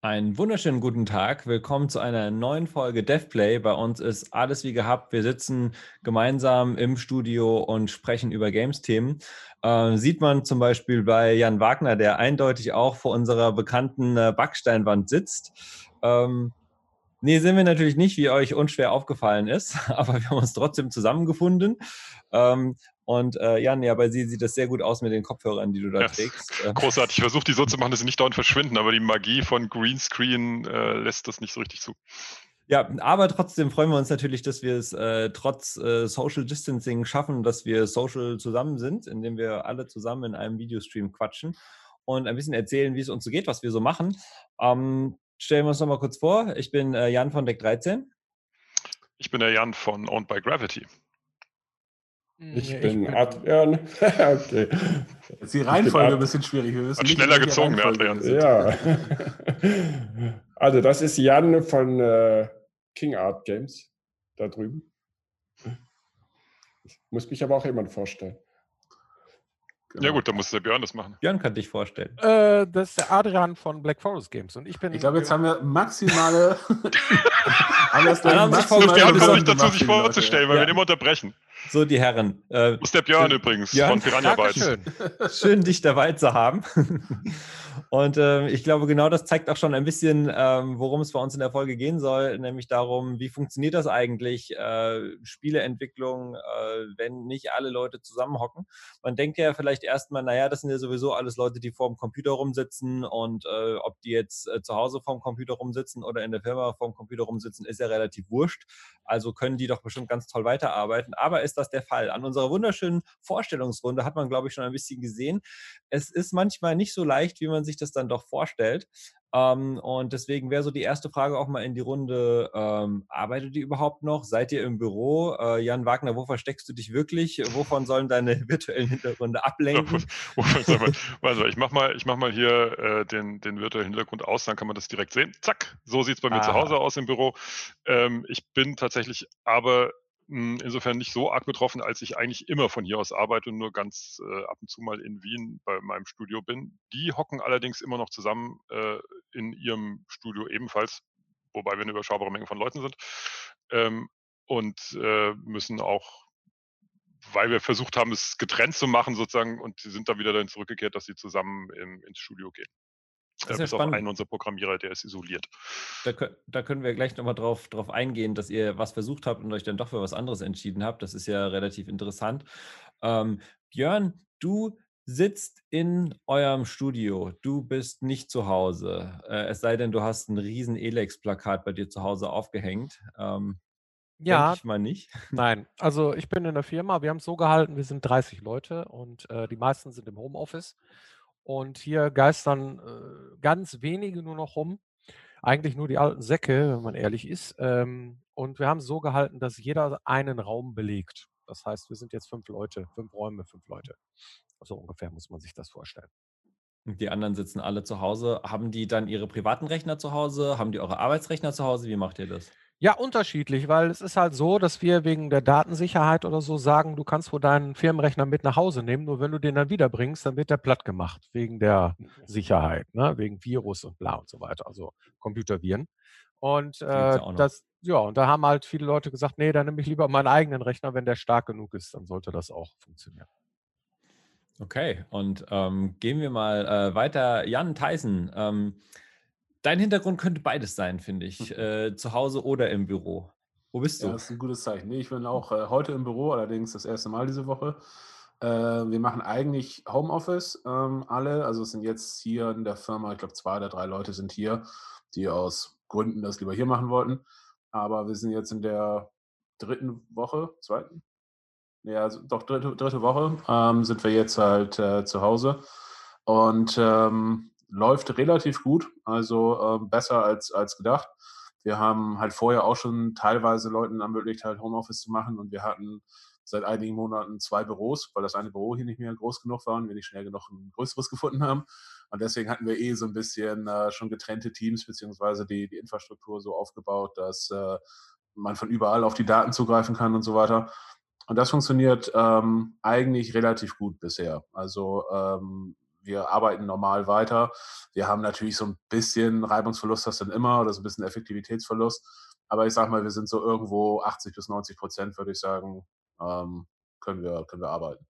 Einen wunderschönen guten Tag. Willkommen zu einer neuen Folge DevPlay. Bei uns ist alles wie gehabt. Wir sitzen gemeinsam im Studio und sprechen über Games-Themen. Sieht man zum Beispiel bei Jan Wagner, der eindeutig auch vor unserer bekannten Backsteinwand sitzt. Nee, sind wir natürlich nicht, wie euch unschwer aufgefallen ist, aber wir haben uns trotzdem zusammengefunden. Jan, ja, bei Sie sieht das sehr gut aus mit den Kopfhörern, die du da trägst. Großartig. Ich versuche die so zu machen, dass sie nicht dauernd verschwinden, aber die Magie von Greenscreen lässt das nicht so richtig zu. Ja, aber trotzdem freuen wir uns natürlich, dass wir es trotz Social Distancing schaffen, dass wir social zusammen sind, indem wir alle zusammen in einem Videostream quatschen und ein bisschen erzählen, wie es uns so geht, was wir so machen. Stellen wir uns noch mal kurz vor. Ich bin Jan von Deck 13. Ich bin der Jan von Owned by Gravity. Ich bin Adrian. Okay. Ist die Reihenfolge ein bisschen schwierig. Wir wissen Hat nicht, schneller gezogen, der Adrian. Ja. Also das ist Jan von King Art Games da drüben. Muss mich aber auch jemand vorstellen. Genau. Ja gut, dann muss der Björn das machen. Björn kann dich vorstellen. Das ist der Adrian von Black Forest Games. Und ich glaube, jetzt haben wir maximale... Björn kommt nicht dazu, sich vorzustellen, weil wir immer unterbrechen. So, die Herren. Das ist der Björn übrigens, von Piranha Bytes. Schön, dich dabei zu haben. Und ich glaube, genau das zeigt auch schon ein bisschen, worum es bei uns in der Folge gehen soll, nämlich darum, wie funktioniert das eigentlich, Spieleentwicklung, wenn nicht alle Leute zusammenhocken. Man denkt ja vielleicht erstmal, naja, das sind ja sowieso alles Leute, die vor dem Computer rumsitzen und ob die jetzt zu Hause vorm Computer rumsitzen oder in der Firma vorm Computer rumsitzen, ist ja relativ wurscht. Also können die doch bestimmt ganz toll weiterarbeiten. Aber ist das der Fall? An unserer wunderschönen Vorstellungsrunde hat man, glaube ich, schon ein bisschen gesehen. Es ist manchmal nicht so leicht, wie man sich das dann doch vorstellt. Und deswegen wäre so die erste Frage auch mal in die Runde, arbeitet ihr überhaupt noch? Seid ihr im Büro? Jan Wagner, wo versteckst du dich wirklich? Wovon sollen deine virtuellen Hintergründe ablenken? Also ich mach mal hier den virtuellen Hintergrund aus, dann kann man das direkt sehen. Zack, so sieht es bei mir zu Hause aus im Büro. Ich bin tatsächlich aber insofern nicht so arg betroffen, als ich eigentlich immer von hier aus arbeite und nur ganz ab und zu mal in Wien bei meinem Studio bin. Die hocken allerdings immer noch zusammen in ihrem Studio ebenfalls, wobei wir eine überschaubare Menge von Leuten sind und müssen auch, weil wir versucht haben, es getrennt zu machen sozusagen, und sie sind da wieder dahin zurückgekehrt, dass sie zusammen ins Studio gehen. Das ist bis auf einen unserer Programmierer, der ist isoliert. Da können wir gleich nochmal drauf eingehen, dass ihr was versucht habt und euch dann doch für was anderes entschieden habt. Das ist ja relativ interessant. Björn, du sitzt in eurem Studio. Du bist nicht zu Hause. Es sei denn, du hast ein riesen Elex-Plakat bei dir zu Hause aufgehängt. Ja. Denke ich mal nicht. Nein, also ich bin in der Firma. Wir haben es so gehalten, wir sind 30 Leute und die meisten sind im Homeoffice. Und hier geistern ganz wenige nur noch rum. Eigentlich nur die alten Säcke, wenn man ehrlich ist. Und wir haben es so gehalten, dass jeder einen Raum belegt. Das heißt, wir sind jetzt 5 Leute, 5 Räume, 5 Leute. So ungefähr muss man sich das vorstellen. Und die anderen sitzen alle zu Hause. Haben die dann ihre privaten Rechner zu Hause? Haben die eure Arbeitsrechner zu Hause? Wie macht ihr das? Ja, unterschiedlich, weil es ist halt so, dass wir wegen der Datensicherheit oder so sagen, du kannst wohl deinen Firmenrechner mit nach Hause nehmen, nur wenn du den dann wiederbringst, dann wird der platt gemacht, wegen der Sicherheit, ne? Wegen Virus und bla und so weiter, also Computerviren. Und und da haben halt viele Leute gesagt, nee, dann nehme ich lieber meinen eigenen Rechner, wenn der stark genug ist, dann sollte das auch funktionieren. Okay, und gehen wir mal weiter. Jan Theissen, dein Hintergrund könnte beides sein, finde ich. Zu Hause oder im Büro. Wo bist du? Ja, das ist ein gutes Zeichen. Nee, ich bin auch heute im Büro, allerdings das erste Mal diese Woche. Wir machen eigentlich Homeoffice, alle. Also es sind jetzt hier in der Firma, ich glaube 2 oder 3 Leute sind hier, die aus Gründen das lieber hier machen wollten. Aber wir sind jetzt in der 3. Woche, 2.? Ja, also doch 3. Woche sind wir jetzt halt zu Hause und läuft relativ gut, also besser als gedacht. Wir haben halt vorher auch schon teilweise Leuten ermöglicht, halt Homeoffice zu machen, und wir hatten seit einigen Monaten 2 Büros, weil das eine Büro hier nicht mehr groß genug war und wir nicht schnell genug ein größeres gefunden haben. Und deswegen hatten wir so ein bisschen schon getrennte Teams, beziehungsweise die Infrastruktur so aufgebaut, dass man von überall auf die Daten zugreifen kann und so weiter. Und das funktioniert eigentlich relativ gut bisher. Also wir arbeiten normal weiter. Wir haben natürlich so ein bisschen Reibungsverlust, das dann immer, oder so ein bisschen Effektivitätsverlust. Aber ich sage mal, wir sind so irgendwo 80-90%, würde ich sagen, können wir arbeiten.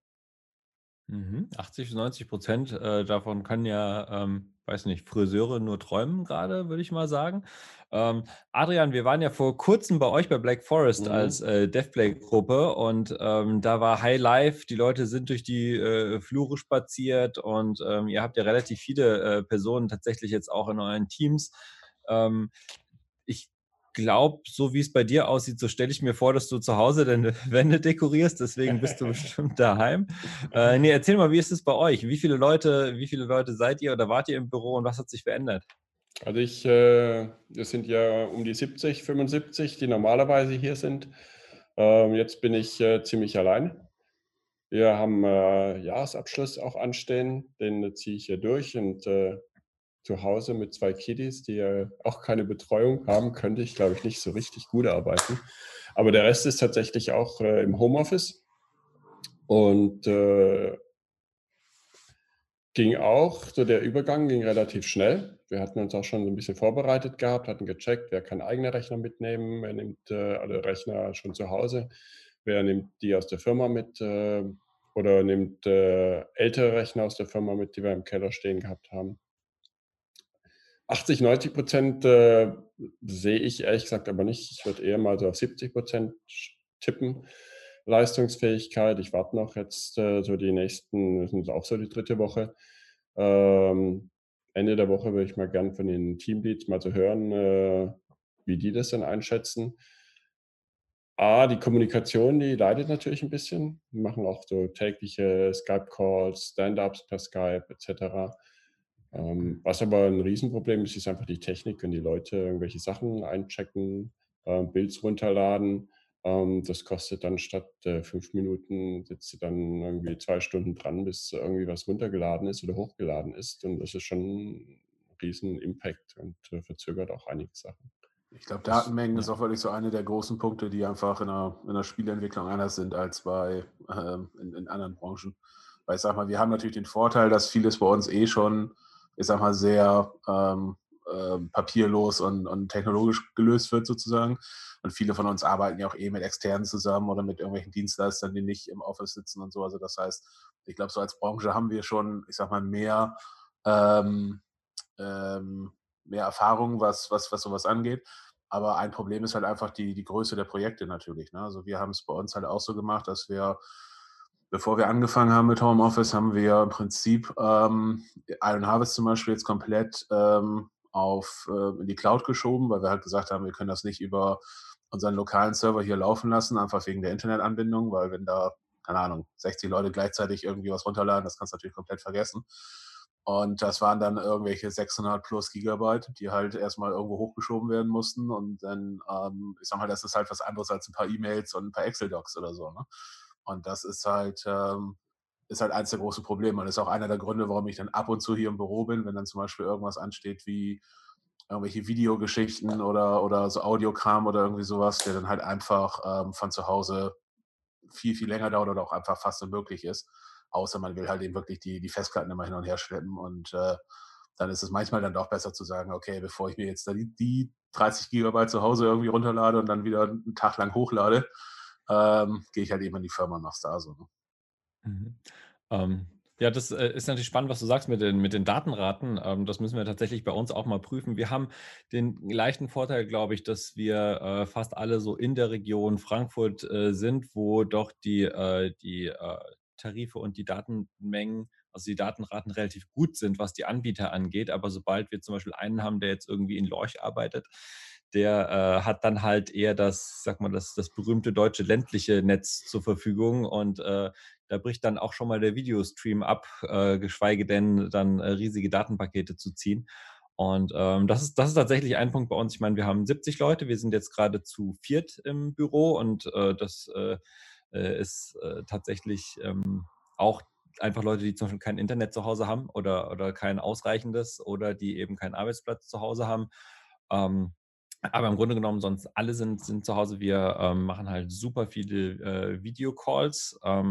80-90% davon können ja, weiß nicht, Friseure nur träumen gerade, würde ich mal sagen. Adrian, wir waren ja vor kurzem bei euch bei Black Forest als DevPlay-Gruppe und da war High Life, die Leute sind durch die Flure spaziert und ihr habt ja relativ viele Personen tatsächlich jetzt auch in euren Teams. Ich glaube, so wie es bei dir aussieht, so stelle ich mir vor, dass du zu Hause deine Wände dekorierst, deswegen bist du bestimmt daheim. Nee, erzähl mal, wie ist es bei euch? Wie viele Leute seid ihr oder wart ihr im Büro und was hat sich verändert? Also wir sind ja um die 70, 75, die normalerweise hier sind. Jetzt bin ich ziemlich allein. Wir haben Jahresabschluss auch anstehen, den ziehe ich hier durch und zu Hause mit 2 Kiddies, die auch keine Betreuung haben, könnte ich, glaube ich, nicht so richtig gut arbeiten. Aber der Rest ist tatsächlich auch im Homeoffice und so der Übergang ging relativ schnell. Wir hatten uns auch schon so ein bisschen vorbereitet gehabt, hatten gecheckt, wer kann eigene Rechner mitnehmen, wer nimmt alle Rechner schon zu Hause, wer nimmt die aus der Firma mit oder nimmt ältere Rechner aus der Firma mit, die wir im Keller stehen gehabt haben. 80-90% sehe ich ehrlich gesagt aber nicht. Ich würde eher mal so auf 70% tippen. Leistungsfähigkeit. Ich warte noch jetzt so die nächsten, das ist auch so die 3. Woche. Ende der Woche würde ich mal gern von den Teamleads mal so hören, wie die das dann einschätzen. Die Kommunikation, die leidet natürlich ein bisschen. Wir machen auch so tägliche Skype-Calls, Stand-ups per Skype etc. Was aber ein Riesenproblem ist, ist einfach die Technik, wenn die Leute irgendwelche Sachen einchecken, Builds runterladen. Das kostet dann statt 5 Minuten, sitzt du dann irgendwie 2 Stunden dran, bis irgendwie was runtergeladen ist oder hochgeladen ist. Und das ist schon ein riesen Impact und verzögert auch einige Sachen. Ich glaube, Datenmengen ist auch wirklich so eine der großen Punkte, die einfach in der Spieleentwicklung anders sind als in anderen Branchen. Weil ich sag mal, wir haben natürlich den Vorteil, dass vieles bei uns schon, ich sag mal, sehr papierlos und technologisch gelöst wird sozusagen. Und viele von uns arbeiten ja auch mit Externen zusammen oder mit irgendwelchen Dienstleistern, die nicht im Office sitzen und so. Also das heißt, ich glaube, so als Branche haben wir schon, ich sag mal, mehr Erfahrung, was sowas angeht. Aber ein Problem ist halt einfach die Größe der Projekte natürlich. Ne? Also wir haben es bei uns halt auch so gemacht, dass wir, bevor wir angefangen haben mit Homeoffice, haben wir im Prinzip Iron Harvest zum Beispiel jetzt komplett in die Cloud geschoben, weil wir halt gesagt haben, wir können das nicht über unseren lokalen Server hier laufen lassen, einfach wegen der Internetanbindung, weil wenn da, keine Ahnung, 60 Leute gleichzeitig irgendwie was runterladen, das kannst du natürlich komplett vergessen. Und das waren dann irgendwelche 600 plus Gigabyte, die halt erstmal irgendwo hochgeschoben werden mussten. Und dann, ich sag mal, das ist halt was anderes als ein paar E-Mails und ein paar Excel-Docs oder so. Ne? Und das ist halt eins der großen Probleme. Und das ist auch einer der Gründe, warum ich dann ab und zu hier im Büro bin, wenn dann zum Beispiel irgendwas ansteht wie irgendwelche Videogeschichten oder so Audiokram oder irgendwie sowas, der dann halt einfach von zu Hause viel, viel länger dauert oder auch einfach fast unmöglich ist. Außer man will halt eben wirklich die Festplatten immer hin und her schleppen. Und dann ist es manchmal dann doch besser zu sagen, okay, bevor ich mir jetzt da die 30 Gigabyte zu Hause irgendwie runterlade und dann wieder einen Tag lang hochlade, gehe ich halt eben in die Firma und mach's da so. Ne? Ja, das ist natürlich spannend, was du sagst mit den Datenraten. Das müssen wir tatsächlich bei uns auch mal prüfen. Wir haben den leichten Vorteil, glaube ich, dass wir fast alle so in der Region Frankfurt sind, wo doch die Tarife und die Datenmengen, also die Datenraten relativ gut sind, was die Anbieter angeht. Aber sobald wir zum Beispiel einen haben, der jetzt irgendwie in Lorch arbeitet, der hat dann halt eher das berühmte deutsche ländliche Netz zur Verfügung und da bricht dann auch schon mal der Videostream ab, geschweige denn dann riesige Datenpakete zu ziehen. Und das ist tatsächlich ein Punkt bei uns. Ich meine, wir haben 70 Leute, wir sind jetzt gerade zu 4 im Büro und das ist tatsächlich auch einfach Leute, die zum Beispiel kein Internet zu Hause haben oder kein ausreichendes oder die eben keinen Arbeitsplatz zu Hause haben. Aber im Grunde genommen, sonst alle sind zu Hause. Wir machen halt super viele Videocalls.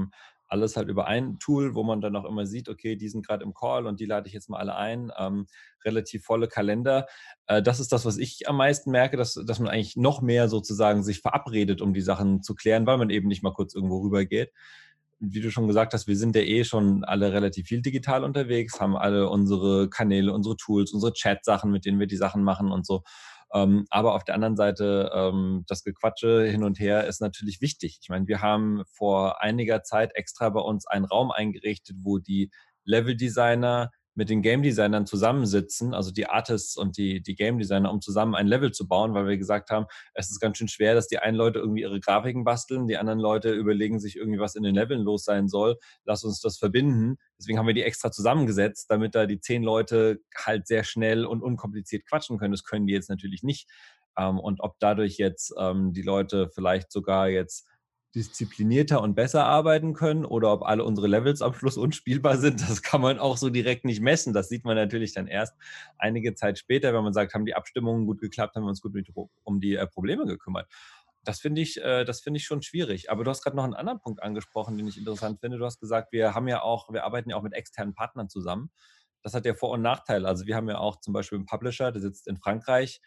alles halt über ein Tool, wo man dann auch immer sieht, okay, die sind gerade im Call und die lade ich jetzt mal alle ein. Relativ volle Kalender. Das ist das, was ich am meisten merke, dass man eigentlich noch mehr sozusagen sich verabredet, um die Sachen zu klären, weil man eben nicht mal kurz irgendwo rübergeht. Wie du schon gesagt hast, wir sind ja eh schon alle relativ viel digital unterwegs, haben alle unsere Kanäle, unsere Tools, unsere Chat-Sachen, mit denen wir die Sachen machen und so. Aber auf der anderen Seite, das Gequatsche hin und her ist natürlich wichtig. Ich meine, wir haben vor einiger Zeit extra bei uns einen Raum eingerichtet, wo die Level-Designer mit den Game-Designern zusammensitzen, also die Artists und die Game-Designer, um zusammen ein Level zu bauen, weil wir gesagt haben, es ist ganz schön schwer, dass die einen Leute irgendwie ihre Grafiken basteln, die anderen Leute überlegen sich irgendwie, was in den Leveln los sein soll. Lass uns das verbinden. Deswegen haben wir die extra zusammengesetzt, damit da die 10 Leute halt sehr schnell und unkompliziert quatschen können. Das können die jetzt natürlich nicht. Und ob dadurch jetzt die Leute vielleicht sogar jetzt disziplinierter und besser arbeiten können oder ob alle unsere Levels am Schluss unspielbar sind, das kann man auch so direkt nicht messen. Das sieht man natürlich dann erst einige Zeit später, wenn man sagt, haben die Abstimmungen gut geklappt, haben wir uns gut um die Probleme gekümmert. Das finde ich schon schwierig. Aber du hast gerade noch einen anderen Punkt angesprochen, den ich interessant finde. Du hast gesagt, wir arbeiten ja auch mit externen Partnern zusammen. Das hat ja Vor- und Nachteile. Also wir haben ja auch zum Beispiel einen Publisher, der sitzt in Frankreich,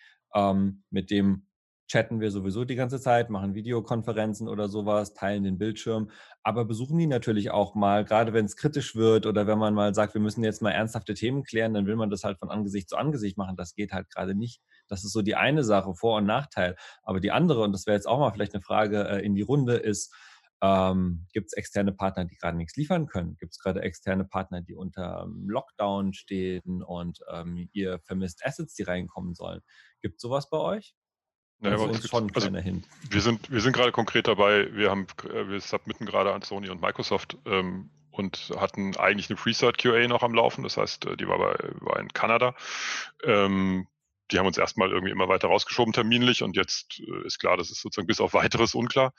mit dem chatten wir sowieso die ganze Zeit, machen Videokonferenzen oder sowas, teilen den Bildschirm, aber besuchen die natürlich auch mal, gerade wenn es kritisch wird oder wenn man mal sagt, wir müssen jetzt mal ernsthafte Themen klären, dann will man das halt von Angesicht zu Angesicht machen. Das geht halt gerade nicht. Das ist so die eine Sache, Vor- und Nachteil. Aber die andere, und das wäre jetzt auch mal vielleicht eine Frage in die Runde, ist, gibt es externe Partner, die gerade nichts liefern können? Gibt es gerade externe Partner, die unter Lockdown stehen und ihr vermisst Assets, die reinkommen sollen? Gibt es sowas bei euch? Naja, Also bei uns uns schon ein gibt's, also kleiner Hint. wir sind gerade konkret dabei. Wir submitten gerade an Sony und Microsoft und hatten eigentlich eine Pre-Cert QA noch am Laufen. Das heißt, die war in Kanada. Die haben uns erstmal irgendwie immer weiter rausgeschoben terminlich und jetzt ist klar, das ist sozusagen bis auf weiteres unklar.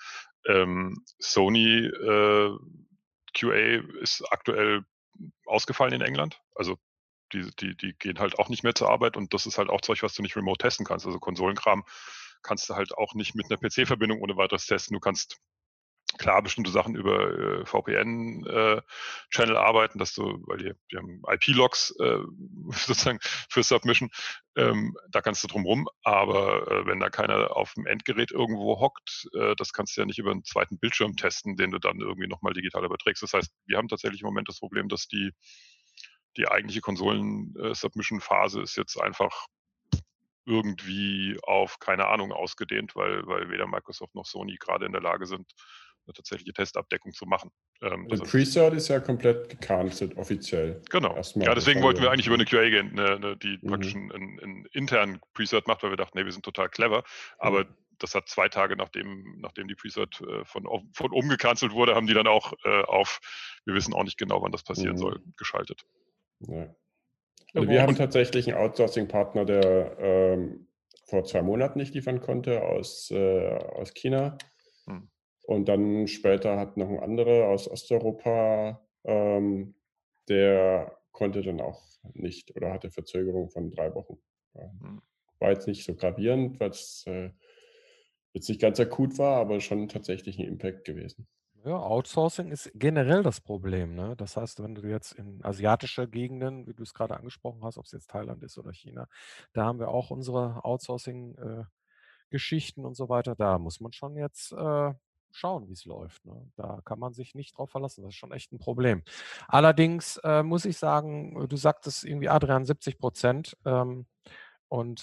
Sony QA ist aktuell ausgefallen in England. Also die gehen halt auch nicht mehr zur Arbeit und das ist halt auch Zeug, was du nicht remote testen kannst. Also Konsolenkram kannst du halt auch nicht mit einer PC-Verbindung ohne weiteres testen. Du kannst klar bestimmte Sachen über VPN-Channel arbeiten, dass du, weil die haben IP-Logs sozusagen für Submission, da kannst du drum rum, aber wenn da keiner auf dem Endgerät irgendwo hockt, das kannst du ja nicht über einen zweiten Bildschirm testen, den du dann irgendwie nochmal digital überträgst. Das heißt, wir haben tatsächlich im Moment das Problem, dass die eigentliche Konsolen-Submission-Phase ist jetzt einfach irgendwie auf, keine Ahnung, ausgedehnt, weil weder Microsoft noch Sony gerade in der Lage sind, eine tatsächliche Testabdeckung zu machen. Der Pre-Cert ist ja komplett gecancelt, offiziell. Genau. Erstmal, ja, deswegen wollten wir eigentlich über eine QA gehen, die Mhm. praktisch einen internen Pre-Cert macht, weil wir dachten, nee, wir sind total clever. Aber das hat 2 Tage, nachdem die Pre-Cert von oben gecancelt wurde, haben die dann auch auf, wir wissen auch nicht genau, wann das passieren soll, geschaltet. Ja. Also wir haben tatsächlich einen Outsourcing-Partner, der vor 2 Monaten nicht liefern konnte aus China. Und dann später hat noch ein anderer aus Osteuropa, der konnte dann auch nicht oder hatte Verzögerung von 3 Wochen. War jetzt nicht so gravierend, weil es jetzt nicht ganz akut war, aber schon tatsächlich ein Impact gewesen. Ja, Outsourcing ist generell das Problem, ne? Das heißt, wenn du jetzt in asiatische Gegenden, wie du es gerade angesprochen hast, ob es jetzt Thailand ist oder China, da haben wir auch unsere Outsourcing-Geschichten und so weiter. Da muss man schon jetzt schauen, wie es läuft, ne? Da kann man sich nicht drauf verlassen. Das ist schon echt ein Problem. Allerdings muss ich sagen, du sagtest irgendwie, Adrian, 70%. Und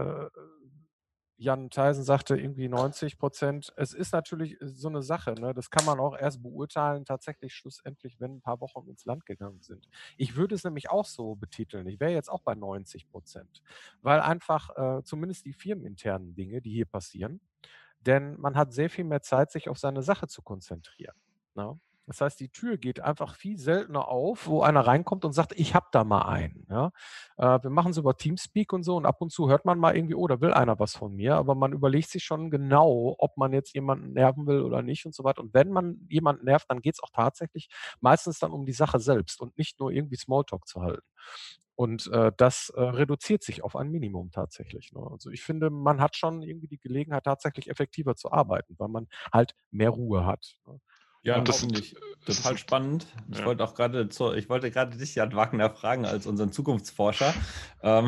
Jan Theisen sagte irgendwie 90%. Es ist natürlich so eine Sache, ne? Das kann man auch erst beurteilen, tatsächlich schlussendlich, wenn ein paar Wochen ins Land gegangen sind. Ich würde es nämlich auch so betiteln. Ich wäre jetzt auch bei 90%, weil einfach zumindest die firmeninternen Dinge, die hier passieren, denn man hat sehr viel mehr Zeit, sich auf seine Sache zu konzentrieren, ne? Das heißt, die Tür geht einfach viel seltener auf, wo einer reinkommt und sagt: „Ich habe da mal einen“, ja? Wir machen es über Teamspeak und so und ab und zu hört man mal irgendwie: „Oh, da will einer was von mir“, aber man überlegt sich schon genau, ob man jetzt jemanden nerven will oder nicht und so weiter. Und wenn man jemanden nervt, dann geht es auch tatsächlich meistens dann um die Sache selbst und nicht nur irgendwie Smalltalk zu halten. Und das reduziert sich auf ein Minimum tatsächlich, ne? Also, ich finde, man hat schon irgendwie die Gelegenheit, tatsächlich effektiver zu arbeiten, weil man halt mehr Ruhe hat, ne? Ja, Und das das finde sind, ich es total sind, spannend. ja. Ich wollte gerade dich, Jan Wagner, fragen als unseren Zukunftsforscher. Ähm,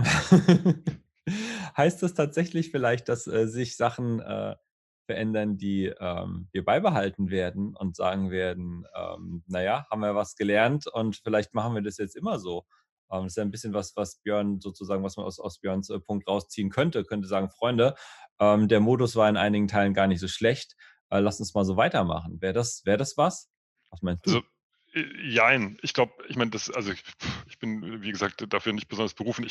heißt das tatsächlich vielleicht, dass sich Sachen verändern, die wir beibehalten werden und sagen werden, naja, haben wir was gelernt und vielleicht machen wir das jetzt immer so. Das ist ja ein bisschen was Björn sozusagen, was man aus Björns Punkt rausziehen könnte sagen, Freunde, der Modus war in einigen Teilen gar nicht so schlecht, lass uns mal so weitermachen. Wär das was? Was meinst du? Also, jein. Ich meine, ich bin, wie gesagt, dafür nicht besonders berufen.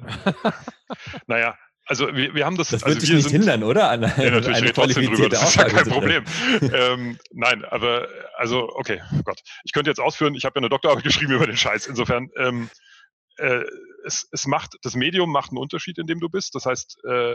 Naja, also wir haben Das wird also dich wir nicht sind, hindern, oder? ja, natürlich, ich Eine rede trotzdem drüber, qualifizierte das ist ja Aussage kein zu treffen. Problem. Nein, aber, also, okay, oh Gott. Ich könnte jetzt ausführen, ich habe ja eine Doktorarbeit geschrieben über den Scheiß. Insofern, äh, das Medium macht einen Unterschied, in dem du bist. Das heißt,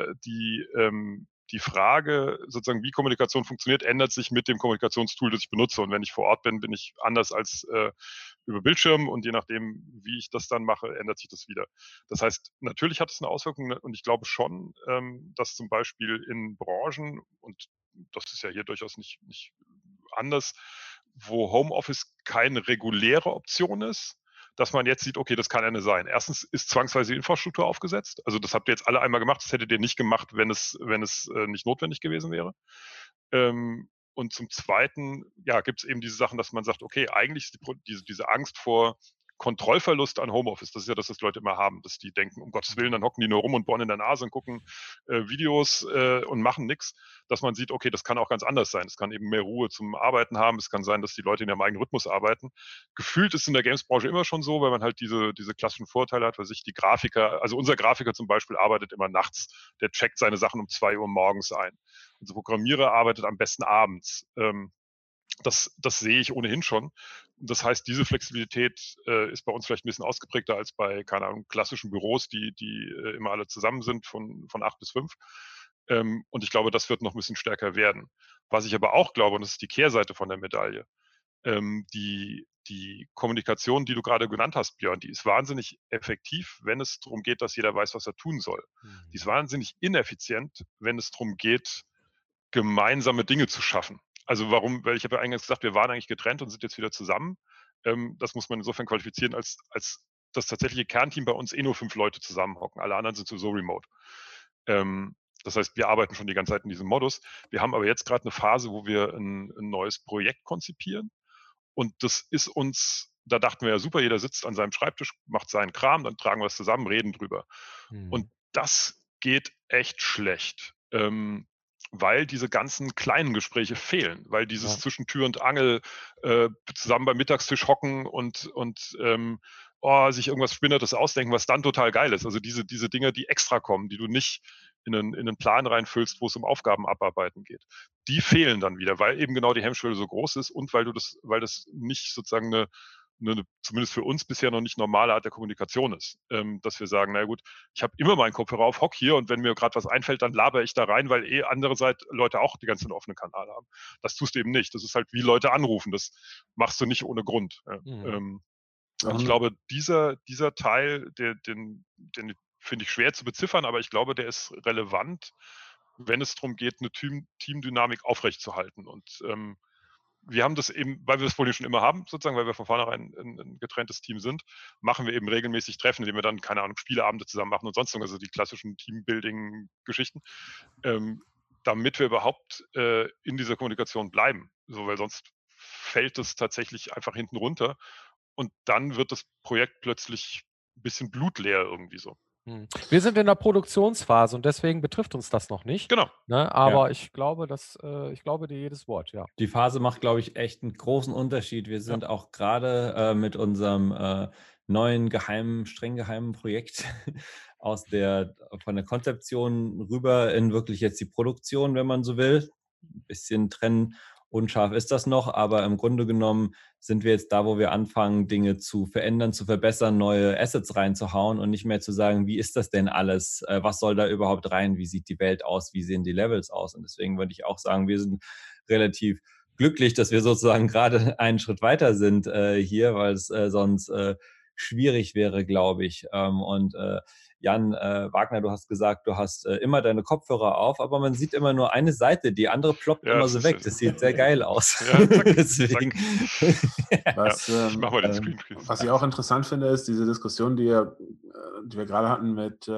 die Frage, sozusagen, wie Kommunikation funktioniert, ändert sich mit dem Kommunikationstool, das ich benutze. Und wenn ich vor Ort bin, bin ich anders als über Bildschirm und je nachdem, wie ich das dann mache, ändert sich das wieder. Das heißt, natürlich hat es eine Auswirkung und ich glaube schon, dass zum Beispiel in Branchen, und das ist ja hier durchaus nicht anders, wo Homeoffice keine reguläre Option ist, dass man jetzt sieht, okay, das kann eine sein. Erstens ist zwangsweise die Infrastruktur aufgesetzt. Also das habt ihr jetzt alle einmal gemacht. Das hättet ihr nicht gemacht, wenn es nicht notwendig gewesen wäre. Und zum Zweiten, ja, gibt es eben diese Sachen, dass man sagt, okay, eigentlich ist diese Angst vor Kontrollverlust an Homeoffice, das ist ja das, was Leute immer haben, dass die denken, um Gottes Willen, dann hocken die nur rum und bohren in der Nase und gucken Videos und machen nichts, dass man sieht, okay, das kann auch ganz anders sein. Es kann eben mehr Ruhe zum Arbeiten haben. Es kann sein, dass die Leute in ihrem eigenen Rhythmus arbeiten. Gefühlt ist es in der Games-Branche immer schon so, weil man halt diese klassischen Vorteile hat, weil sich die Grafiker, also unser Grafiker zum Beispiel arbeitet immer nachts, der checkt seine Sachen um 2 Uhr morgens ein. Unser Programmierer arbeitet am besten abends. Das sehe ich ohnehin schon. Das heißt, diese Flexibilität ist bei uns vielleicht ein bisschen ausgeprägter als bei, keine Ahnung, klassischen Büros, die immer alle zusammen sind von 8 bis 5. Und ich glaube, das wird noch ein bisschen stärker werden. Was ich aber auch glaube, und das ist die Kehrseite von der Medaille, die Kommunikation, die du gerade genannt hast, Björn, die ist wahnsinnig effektiv, wenn es darum geht, dass jeder weiß, was er tun soll. Die ist wahnsinnig ineffizient, wenn es darum geht, gemeinsame Dinge zu schaffen. Also warum? Weil ich habe ja eingangs gesagt, wir waren eigentlich getrennt und sind jetzt wieder zusammen. Das muss man insofern qualifizieren, als das tatsächliche Kernteam bei uns nur 5 Leute zusammenhocken. Alle anderen sind sowieso remote. Das heißt, wir arbeiten schon die ganze Zeit in diesem Modus. Wir haben aber jetzt gerade eine Phase, wo wir ein neues Projekt konzipieren. Und das ist uns, da dachten wir ja super, jeder sitzt an seinem Schreibtisch, macht seinen Kram, dann tragen wir es zusammen, reden drüber. Und das geht echt schlecht. Weil diese ganzen kleinen Gespräche fehlen, weil dieses zwischen Tür und Angel zusammen beim Mittagstisch hocken und sich irgendwas Spinnertes ausdenken, was dann total geil ist. Also diese Dinge, die extra kommen, die du nicht in einen Plan reinfüllst, wo es um Aufgaben abarbeiten geht, die fehlen dann wieder, weil eben genau die Hemmschwelle so groß ist und weil das nicht sozusagen eine zumindest für uns bisher noch nicht normale Art der Kommunikation ist, dass wir sagen, na gut, ich habe immer meinen Kopfhörer auf, hock hier und wenn mir gerade was einfällt, dann laber ich da rein, weil andererseits Leute auch die ganzen offenen Kanäle haben. Das tust du eben nicht. Das ist halt wie Leute anrufen. Das machst du nicht ohne Grund. Und ich glaube, dieser Teil, den finde ich schwer zu beziffern, aber ich glaube, der ist relevant, wenn es darum geht, eine Teamdynamik aufrechtzuerhalten. Und wir haben das eben, weil wir das vorhin schon immer haben, sozusagen, weil wir von vornherein ein getrenntes Team sind, machen wir eben regelmäßig Treffen, indem wir dann, keine Ahnung, Spieleabende zusammen machen und sonst irgendwas, also die klassischen Teambuilding-Geschichten, damit wir überhaupt in dieser Kommunikation bleiben. So, weil sonst fällt es tatsächlich einfach hinten runter und dann wird das Projekt plötzlich ein bisschen blutleer irgendwie so. Wir sind in der Produktionsphase und deswegen betrifft uns das noch nicht. Genau. Ne? Aber ich glaube dir jedes Wort, ja. Die Phase macht, glaube ich, echt einen großen Unterschied. Wir sind auch gerade mit unserem neuen streng geheimen Projekt von der Konzeption rüber in wirklich jetzt die Produktion, wenn man so will. Ein bisschen unscharf ist das noch, aber im Grunde genommen sind wir jetzt da, wo wir anfangen, Dinge zu verändern, zu verbessern, neue Assets reinzuhauen und nicht mehr zu sagen, wie ist das denn alles? Was soll da überhaupt rein? Wie sieht die Welt aus? Wie sehen die Levels aus? Und deswegen würde ich auch sagen, wir sind relativ glücklich, dass wir sozusagen gerade einen Schritt weiter sind hier, weil es sonst schwierig wäre, glaube ich. Jan Wagner, du hast gesagt, du hast immer deine Kopfhörer auf, aber man sieht immer nur eine Seite, die andere ploppt immer so weg. Das sieht sehr geil aus. Ja, zack, Deswegen. Ich mach mal den Screen. Was ich auch interessant finde, ist diese Diskussion, die wir gerade hatten mit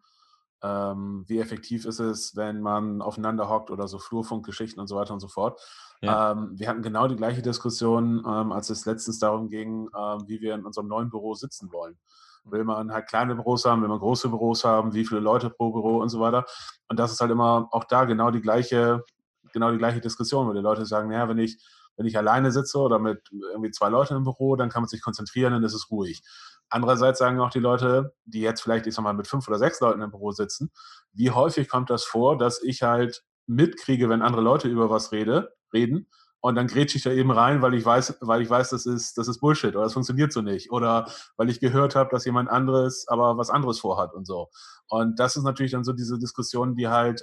wie effektiv ist es, wenn man aufeinander hockt oder so Flurfunkgeschichten und so weiter und so fort. Ja. Wir hatten genau die gleiche Diskussion, als es letztens darum ging, wie wir in unserem neuen Büro sitzen wollen. Will man halt kleine Büros haben, will man große Büros haben, wie viele Leute pro Büro und so weiter. Und das ist halt immer auch da genau die gleiche Diskussion, wo die Leute sagen, naja, wenn ich alleine sitze oder mit irgendwie 2 Leuten im Büro, dann kann man sich konzentrieren, dann ist es ruhig. Andererseits sagen auch die Leute, die jetzt vielleicht, ich sag mal, mit 5 oder 6 Leuten im Büro sitzen, wie häufig kommt das vor, dass ich halt mitkriege, wenn andere Leute über was reden und dann grätsche ich da eben rein, weil ich weiß, das ist Bullshit oder das funktioniert so nicht oder weil ich gehört habe, dass jemand anderes aber was anderes vorhat und so. Und das ist natürlich dann so diese Diskussion, die halt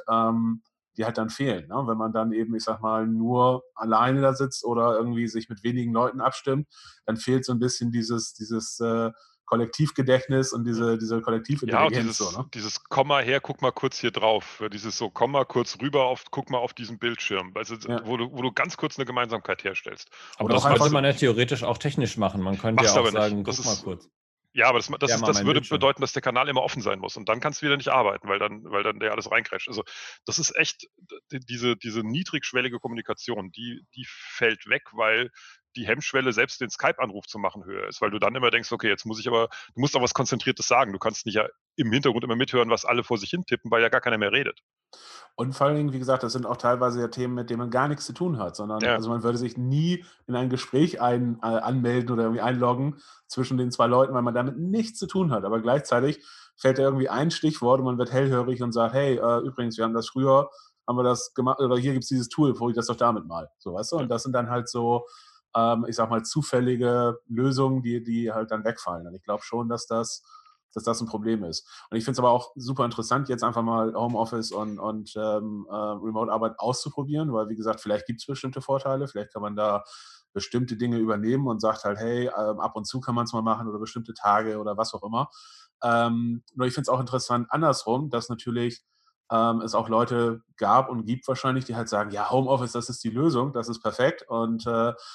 dann fehlen. Ne? Wenn man dann eben, ich sag mal, nur alleine da sitzt oder irgendwie sich mit wenigen Leuten abstimmt, dann fehlt so ein bisschen dieses Kollektivgedächtnis und diese Kollektivintelligenz. Ja, und dieses Komm mal her, guck mal kurz hier drauf. Dieses so, komm mal kurz rüber, guck mal auf diesen Bildschirm, wo du ganz kurz eine Gemeinsamkeit herstellst. Aber das könnte man ja theoretisch auch technisch machen. Man könnte ja auch sagen, guck mal kurz. Ja, aber das würde bedeuten, dass der Kanal immer offen sein muss und dann kannst du wieder nicht arbeiten, weil dann der alles reincrasht. Also das ist echt, diese niedrigschwellige Kommunikation, die fällt weg, weil die Hemmschwelle, selbst den Skype-Anruf zu machen, höher ist, weil du dann immer denkst, okay, du musst auch was Konzentriertes sagen. Du kannst nicht ja im Hintergrund immer mithören, was alle vor sich hin tippen, weil ja gar keiner mehr redet. Und vor allen Dingen, wie gesagt, das sind auch teilweise ja Themen, mit denen man gar nichts zu tun hat, sondern also man würde sich nie in ein Gespräch anmelden oder irgendwie einloggen zwischen den 2 Leuten, weil man damit nichts zu tun hat. Aber gleichzeitig fällt da irgendwie ein Stichwort und man wird hellhörig und sagt, hey, übrigens, haben wir das gemacht, oder hier gibt es dieses Tool, probier das doch damit mal. So, weißt du? Und das sind dann halt so, ich sag mal, zufällige Lösungen, die halt dann wegfallen. Und ich glaube schon, dass das ein Problem ist. Und ich finde es aber auch super interessant, jetzt einfach mal Homeoffice und Remote-Arbeit auszuprobieren, weil, wie gesagt, vielleicht gibt es bestimmte Vorteile, vielleicht kann man da bestimmte Dinge übernehmen und sagt halt, hey, ab und zu kann man es mal machen oder bestimmte Tage oder was auch immer. Nur ich finde es auch interessant andersrum, dass natürlich es auch Leute gab und gibt wahrscheinlich, die halt sagen, ja, Homeoffice, das ist die Lösung, das ist perfekt und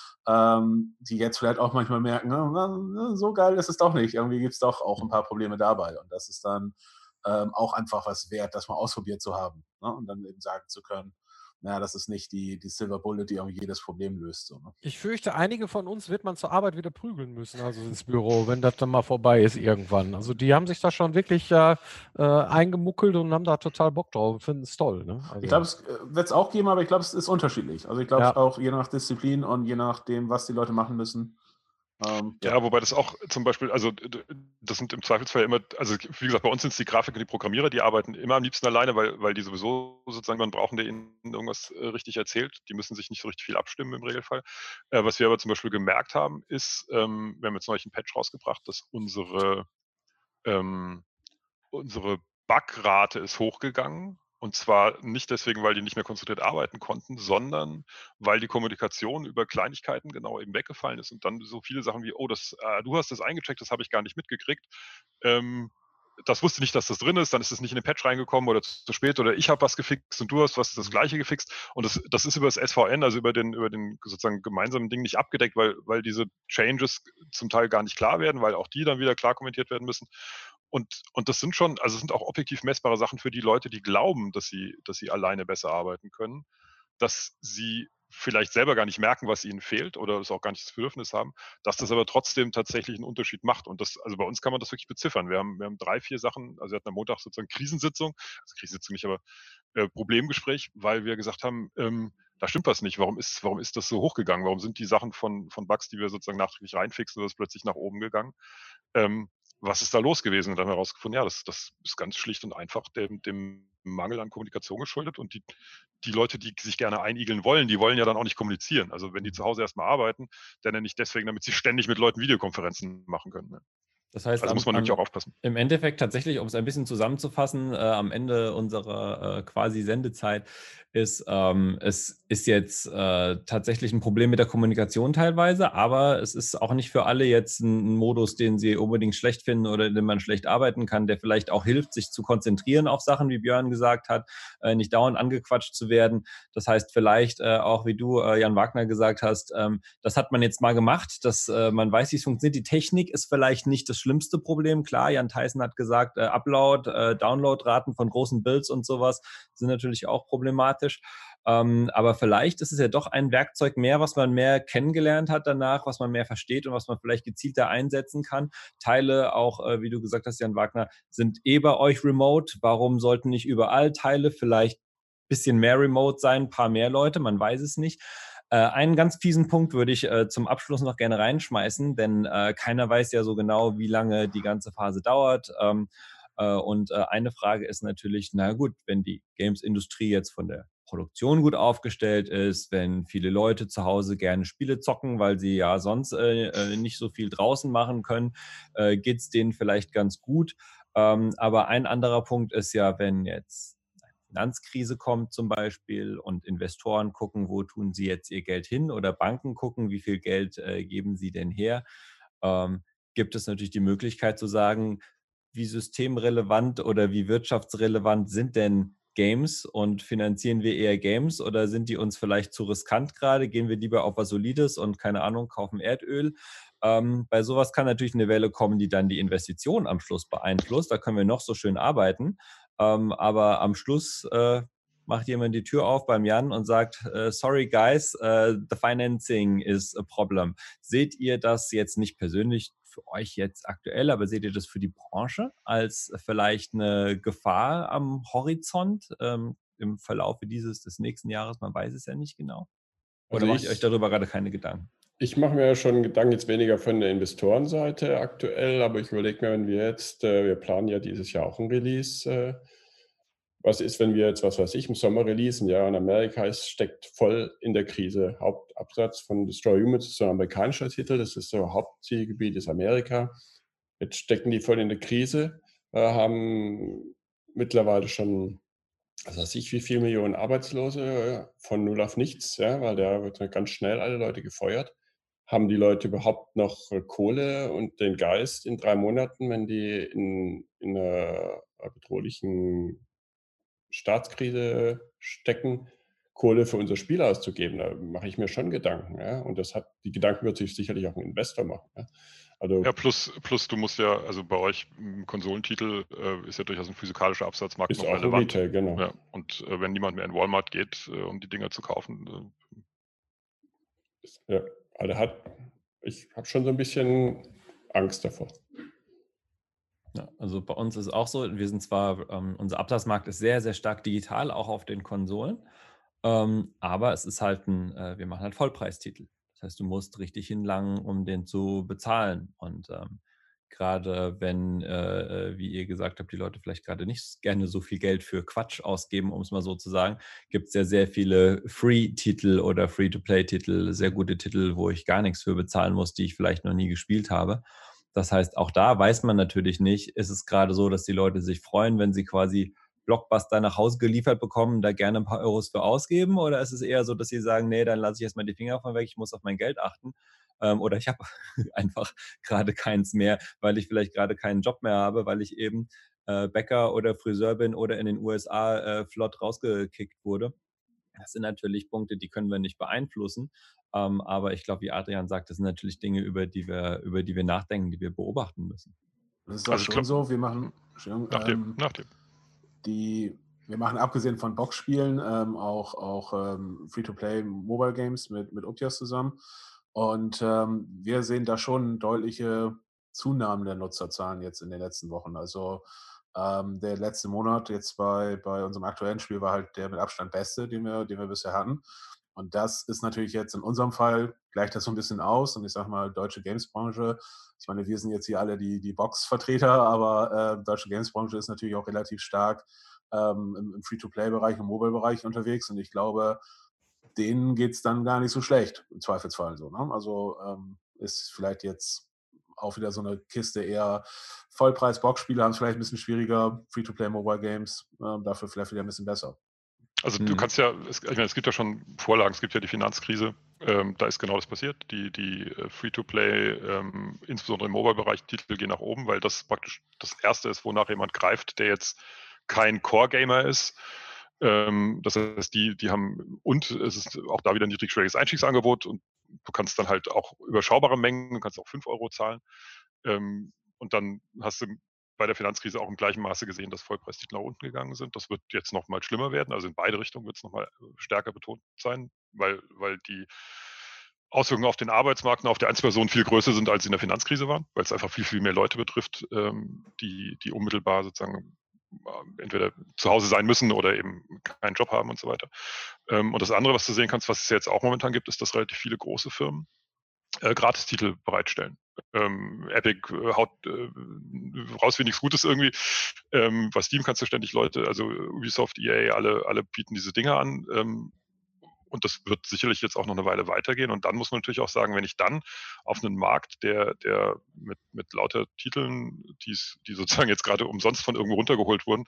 die jetzt vielleicht auch manchmal merken, so geil ist es doch nicht. Irgendwie gibt es doch auch ein paar Probleme dabei. Und das ist dann auch einfach was wert, das mal ausprobiert zu haben. Ne? Und dann eben sagen zu können, naja, das ist nicht die Silver Bullet, die irgendwie jedes Problem löst. So, ne? Ich fürchte, einige von uns wird man zur Arbeit wieder prügeln müssen, also ins Büro, wenn das dann mal vorbei ist irgendwann. Also die haben sich da schon wirklich eingemuckelt und haben da total Bock drauf, finden es toll. Ne? Also, ich glaube, es wird es auch geben, aber ich glaube, es ist unterschiedlich. Also ich glaube auch je nach Disziplin und je nachdem, was die Leute machen müssen. Ja, wobei das auch zum Beispiel, also das sind im Zweifelsfall immer, also wie gesagt, bei uns sind es die Grafiker und die Programmierer, die arbeiten immer am liebsten alleine, weil die sowieso sozusagen jemanden brauchen, der ihnen irgendwas richtig erzählt. Die müssen sich nicht so richtig viel abstimmen im Regelfall. Was wir aber zum Beispiel gemerkt haben, ist, wir haben jetzt neulich einen Patch rausgebracht, dass unsere Bugrate ist hochgegangen. Und zwar nicht deswegen, weil die nicht mehr konzentriert arbeiten konnten, sondern weil die Kommunikation über Kleinigkeiten genau eben weggefallen ist und dann so viele Sachen wie, oh, du hast das eingecheckt, das habe ich gar nicht mitgekriegt. Das wusste nicht, dass das drin ist, dann ist es nicht in den Patch reingekommen oder zu spät oder ich habe was gefixt und du hast das Gleiche gefixt. Und das ist über das SVN, also über den sozusagen gemeinsamen Ding nicht abgedeckt, weil diese Changes zum Teil gar nicht klar werden, weil auch die dann wieder klar kommentiert werden müssen. Und das sind schon, also es sind auch objektiv messbare Sachen für die Leute, die glauben, dass sie alleine besser arbeiten können, dass sie vielleicht selber gar nicht merken, was ihnen fehlt oder es auch gar nicht das Bedürfnis haben, dass das aber trotzdem tatsächlich einen Unterschied macht. Und also bei uns kann man das wirklich beziffern. Wir haben 3, 4 Sachen, also wir hatten am Montag sozusagen Krisensitzung, also Krisensitzung nicht, aber Problemgespräch, weil wir gesagt haben, da stimmt was nicht. Warum ist das so hochgegangen? Warum sind die Sachen von Bugs, die wir sozusagen nachträglich reinfixen, oder ist plötzlich nach oben gegangen? Was ist da los gewesen? Und dann haben wir herausgefunden, ja, das ist ganz schlicht und einfach dem Mangel an Kommunikation geschuldet. Und die Leute, die sich gerne einigeln wollen, die wollen ja dann auch nicht kommunizieren. Also wenn die zu Hause erstmal arbeiten, dann ja nicht deswegen, damit sie ständig mit Leuten Videokonferenzen machen können. Ne? Das heißt, Also muss man nämlich auch aufpassen. im Endeffekt tatsächlich, um es ein bisschen zusammenzufassen, am Ende unserer quasi Sendezeit ist, es ist jetzt tatsächlich ein Problem mit der Kommunikation teilweise, aber es ist auch nicht für alle jetzt ein Modus, den sie unbedingt schlecht finden oder in dem man schlecht arbeiten kann, der vielleicht auch hilft, sich zu konzentrieren auf Sachen, wie Björn gesagt hat, nicht dauernd angequatscht zu werden. Das heißt vielleicht auch, wie du, Jan Wagner, gesagt hast, das hat man jetzt mal gemacht, dass man weiß, wie es funktioniert. Die Technik ist vielleicht nicht das schlimmste Problem. Klar, Jan Tyson hat gesagt, Upload, Downloadraten von großen Builds und sowas sind natürlich auch problematisch. Aber vielleicht ist es ja doch ein Werkzeug mehr, was man mehr kennengelernt hat danach, was man mehr versteht und was man vielleicht gezielter einsetzen kann. Teile auch, wie du gesagt hast, Jan Wagner, sind bei euch remote. Warum sollten nicht überall Teile vielleicht ein bisschen mehr remote sein, ein paar mehr Leute, man weiß es nicht. Einen ganz fiesen Punkt würde ich zum Abschluss noch gerne reinschmeißen, denn keiner weiß ja so genau, wie lange die ganze Phase dauert. Und eine Frage ist natürlich, na gut, wenn die Games-Industrie jetzt von der Produktion gut aufgestellt ist, wenn viele Leute zu Hause gerne Spiele zocken, weil sie ja sonst nicht so viel draußen machen können, geht es denen vielleicht ganz gut. Aber ein anderer Punkt ist ja, wenn jetzt Finanzkrise kommt zum Beispiel und Investoren gucken, wo tun sie jetzt ihr Geld hin, oder Banken gucken, wie viel Geld geben sie denn her, gibt es natürlich die Möglichkeit zu sagen, wie systemrelevant oder wie wirtschaftsrelevant sind denn Games und finanzieren wir eher Games oder sind die uns vielleicht zu riskant gerade? Gehen wir lieber auf was Solides und keine Ahnung, kaufen Erdöl? Bei sowas kann natürlich eine Welle kommen, die dann die Investition am Schluss beeinflusst. Da können wir noch so schön arbeiten. Aber am Schluss macht jemand die Tür auf beim Jan und sagt, sorry guys, the financing is a problem. Seht ihr das jetzt nicht persönlich für euch jetzt aktuell, aber seht ihr das für die Branche als vielleicht eine Gefahr am Horizont im Verlauf des nächsten Jahres? Man weiß es ja nicht genau. Oder Also macht ihr euch darüber gerade keine Gedanken? Ich mache mir ja schon Gedanken jetzt weniger von der Investorenseite aktuell, aber ich überlege mir, wenn wir jetzt, wir planen ja dieses Jahr auch ein Release. Was ist, wenn wir jetzt, was weiß ich, im Sommer releasen? Ja, in Amerika steckt voll in der Krise. Hauptabsatz von Destroy Humans ist so ein amerikanischer Titel, das ist so Hauptzielgebiet ist Amerika. Jetzt stecken die voll in der Krise, haben mittlerweile schon, was weiß ich, wie viele Millionen Arbeitslose von null auf nichts, ja, weil da wird dann ganz schnell alle Leute gefeuert. Haben die Leute überhaupt noch Kohle und den Geist in 3 Monaten, wenn die in einer bedrohlichen Staatskrise stecken, Kohle für unser Spiel auszugeben? Da mache ich mir schon Gedanken, ja. Und die Gedanken wird sich sicherlich auch ein Investor machen, ja. Also Ja, plus du musst ja, also bei euch im Konsolentitel ist ja durchaus ein physikalischer Absatzmarkt ist noch auch ein relevant. Retail, genau. Ja, und wenn niemand mehr in Walmart geht, um die Dinger zu kaufen, Ja, also ich habe schon so ein bisschen Angst davor. Ja, also bei uns ist auch so, wir sind zwar, unser Absatzmarkt ist sehr, sehr stark digital, auch auf den Konsolen, aber es ist halt wir machen halt Vollpreistitel. Das heißt, du musst richtig hinlangen, um den zu bezahlen. Und gerade wenn, wie ihr gesagt habt, die Leute vielleicht gerade nicht gerne so viel Geld für Quatsch ausgeben, um es mal so zu sagen, gibt es ja sehr viele Free-Titel oder Free-to-Play-Titel, sehr gute Titel, wo ich gar nichts für bezahlen muss, die ich vielleicht noch nie gespielt habe. Das heißt, auch da weiß man natürlich nicht, ist es gerade so, dass die Leute sich freuen, wenn sie quasi Blockbuster nach Hause geliefert bekommen, da gerne ein paar Euros für ausgeben? Oder ist es eher so, dass sie sagen, nee, dann lasse ich erstmal die Finger von weg, ich muss auf mein Geld achten? Oder ich habe einfach gerade keins mehr, weil ich vielleicht gerade keinen Job mehr habe, weil ich eben Bäcker oder Friseur bin oder in den USA flott rausgekickt wurde. Das sind natürlich Punkte, die können wir nicht beeinflussen. Aber ich glaube, wie Adrian sagt, das sind natürlich Dinge, über die wir nachdenken, die wir beobachten müssen. Das ist auch schon so. Wir machen, nach dem. wir machen abgesehen von Boxspielen auch Free-to-Play Mobile Games mit Ubios zusammen. Und wir sehen da schon deutliche Zunahmen der Nutzerzahlen jetzt in den letzten Wochen. Also der letzte Monat jetzt bei unserem aktuellen Spiel war halt der mit Abstand beste, den wir bisher hatten. Und das ist natürlich jetzt in unserem Fall, gleicht das so ein bisschen aus. Und ich sage mal, deutsche Gamesbranche, ich meine, wir sind jetzt hier alle die Box-Vertreter, aber deutsche Gamesbranche ist natürlich auch relativ stark im Free-to-Play-Bereich, im Mobile-Bereich unterwegs. Und ich glaube, denen geht es dann gar nicht so schlecht, im Zweifelsfall so. Ne? Also ist vielleicht jetzt auch wieder so eine Kiste eher Vollpreis-Box-Spiele haben es vielleicht ein bisschen schwieriger, Free-to-Play-Mobile-Games, dafür vielleicht wieder ein bisschen besser. Also du kannst ja, ich meine, es gibt ja schon Vorlagen, es gibt ja die Finanzkrise, da ist genau das passiert. Die Free-to-Play, insbesondere im Mobile-Bereich, Titel gehen nach oben, weil das praktisch das Erste ist, wonach jemand greift, der jetzt kein Core-Gamer ist. Das heißt, die haben, und es ist auch da wieder ein niedrigschwelliges Einstiegsangebot und du kannst dann halt auch überschaubare Mengen, du kannst auch 5 Euro zahlen. Und dann hast du bei der Finanzkrise auch im gleichen Maße gesehen, dass Vollpreistitel nach unten gegangen sind. Das wird jetzt nochmal schlimmer werden. Also in beide Richtungen wird es nochmal stärker betont sein, weil die Auswirkungen auf den Arbeitsmarkt und auf die Einzelpersonen viel größer sind, als sie in der Finanzkrise waren, weil es einfach viel, viel mehr Leute betrifft, die unmittelbar sozusagen entweder zu Hause sein müssen oder eben keinen Job haben und so weiter. Und das andere, was du sehen kannst, was es jetzt auch momentan gibt, ist, dass relativ viele große Firmen Gratistitel bereitstellen. Epic haut raus wie nichts Gutes irgendwie. Bei Steam kannst du ständig Leute, also Ubisoft, EA, alle bieten diese Dinge an. Und das wird sicherlich jetzt auch noch eine Weile weitergehen. Und dann muss man natürlich auch sagen, wenn ich dann auf einen Markt, der mit lauter Titeln, die sozusagen jetzt gerade umsonst von irgendwo runtergeholt wurden,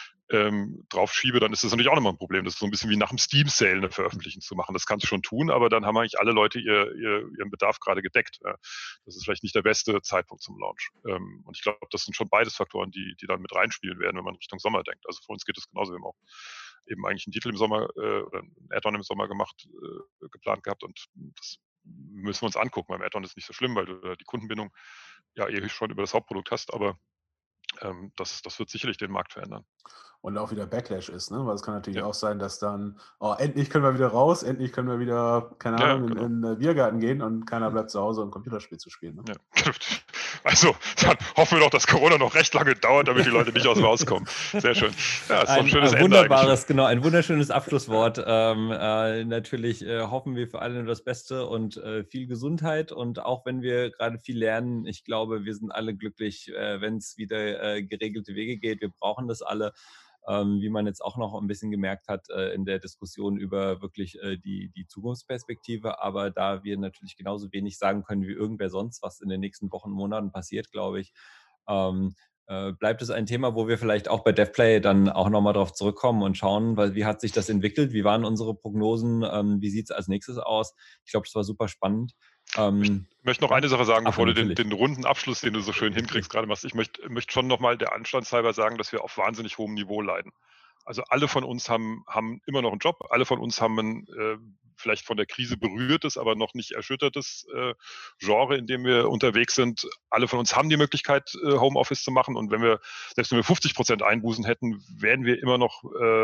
drauf schiebe, dann ist das natürlich auch nochmal ein Problem. Das ist so ein bisschen wie nach dem Steam-Sale eine Veröffentlichung zu machen. Das kannst du schon tun, aber dann haben eigentlich alle Leute ihren Bedarf gerade gedeckt. Das ist vielleicht nicht der beste Zeitpunkt zum Launch. Und ich glaube, das sind schon beides Faktoren, die dann mit reinspielen werden, wenn man Richtung Sommer denkt. Also für uns geht es genauso. Wir haben auch eben eigentlich einen Titel im Sommer oder ein Add-on im Sommer geplant gehabt und das müssen wir uns angucken. Beim Add-on ist nicht so schlimm, weil du die Kundenbindung ja schon über das Hauptprodukt hast, aber das wird sicherlich den Markt verändern. Und auch wieder Backlash ist, ne? Weil es kann natürlich Ja. auch sein, dass dann, endlich können wir wieder raus, endlich können wir wieder, keine Ahnung, genau. in den Biergarten gehen und keiner bleibt zu Hause, um ein Computerspiel zu spielen. Ne? Ja. Also, dann hoffen wir doch, dass Corona noch recht lange dauert, damit die Leute nicht aus dem Haus kommen. Sehr schön. Ja, ist ein schönes wunderbares, genau, ein wunderschönes Abschlusswort. Natürlich hoffen wir für alle nur das Beste und viel Gesundheit. Und auch wenn wir gerade viel lernen, ich glaube, wir sind alle glücklich, wenn es wieder geregelte Wege geht. Wir brauchen das alle. Wie man jetzt auch noch ein bisschen gemerkt hat in der Diskussion über wirklich die Zukunftsperspektive. Aber da wir natürlich genauso wenig sagen können wie irgendwer sonst, was in den nächsten Wochen, Monaten passiert, glaube ich, bleibt es ein Thema, wo wir vielleicht auch bei DevPlay dann auch nochmal drauf zurückkommen und schauen, wie hat sich das entwickelt, wie waren unsere Prognosen, wie sieht es als nächstes aus. Ich glaube, das war super spannend. Ich möchte noch eine Sache sagen, bevor du natürlich den runden Abschluss, den du so schön hinkriegst, gerade machst. Ich möchte schon nochmal der Anstandshalber sagen, dass wir auf wahnsinnig hohem Niveau leiden. Also alle von uns haben immer noch einen Job, alle von uns haben ein vielleicht von der Krise berührtes, aber noch nicht erschüttertes Genre, in dem wir unterwegs sind. Alle von uns haben die Möglichkeit, Homeoffice zu machen. Und selbst wenn wir 50% Einbußen hätten, wären wir immer noch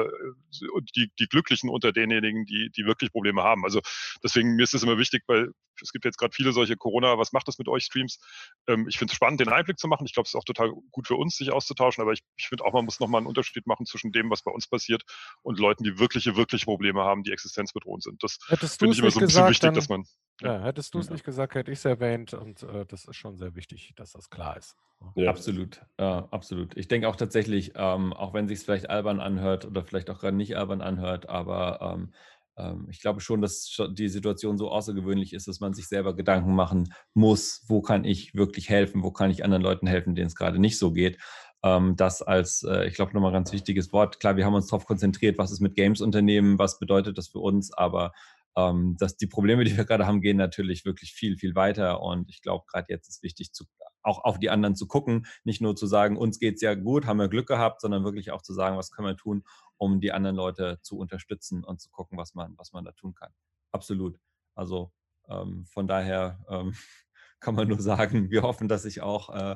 die Glücklichen unter denjenigen, die wirklich Probleme haben. Also deswegen, mir ist es immer wichtig, weil es gibt jetzt gerade viele solche Corona, was macht das mit euch Streams? Ich finde es spannend, den Einblick zu machen. Ich glaube, es ist auch total gut für uns, sich auszutauschen. Aber ich finde auch, man muss nochmal einen Unterschied machen zwischen dem, was bei uns passiert und Leuten, die wirkliche Probleme haben, die existenzbedrohend sind. Das finde ich immer so ein bisschen wichtig, dass man... Ja, hättest du es nicht gesagt, hätte ich es erwähnt. Und das ist schon sehr wichtig, dass das klar ist. Ja. Absolut, absolut. Ich denke auch tatsächlich, auch wenn es sich vielleicht albern anhört oder vielleicht auch gerade nicht albern anhört, aber ich glaube schon, dass die Situation so außergewöhnlich ist, dass man sich selber Gedanken machen muss, wo kann ich wirklich helfen, wo kann ich anderen Leuten helfen, denen es gerade nicht so geht. Das als, ich glaube, nochmal ein ganz wichtiges Wort. Klar, wir haben uns darauf konzentriert, was ist mit Games-Unternehmen, was bedeutet das für uns, aber dass die Probleme, die wir gerade haben, gehen natürlich wirklich viel, viel weiter. Und ich glaube, gerade jetzt ist wichtig, auch auf die anderen zu gucken, nicht nur zu sagen, uns geht es ja gut, haben wir Glück gehabt, sondern wirklich auch zu sagen, was können wir tun, um die anderen Leute zu unterstützen und zu gucken, was man da tun kann. Absolut. Also von daher kann man nur sagen, wir hoffen, dass sich auch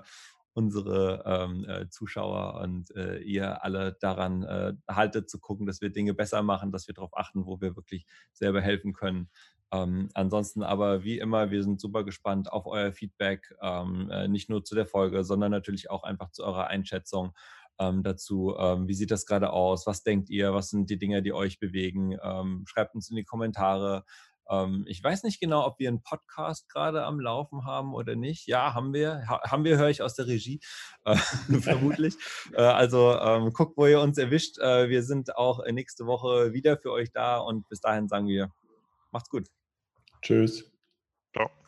unsere Zuschauer und ihr alle daran haltet, zu gucken, dass wir Dinge besser machen, dass wir darauf achten, wo wir wirklich selber helfen können. Ansonsten aber wie immer, wir sind super gespannt auf euer Feedback, nicht nur zu der Folge, sondern natürlich auch einfach zu eurer Einschätzung dazu. Wie sieht das gerade aus? Was denkt ihr? Was sind die Dinge, die euch bewegen? Schreibt uns in die Kommentare. Ich weiß nicht genau, ob wir einen Podcast gerade am Laufen haben oder nicht. Ja, haben wir. Höre ich aus der Regie, vermutlich. Also guckt, wo ihr uns erwischt. Wir sind auch nächste Woche wieder für euch da und bis dahin sagen wir, macht's gut. Tschüss. Ciao.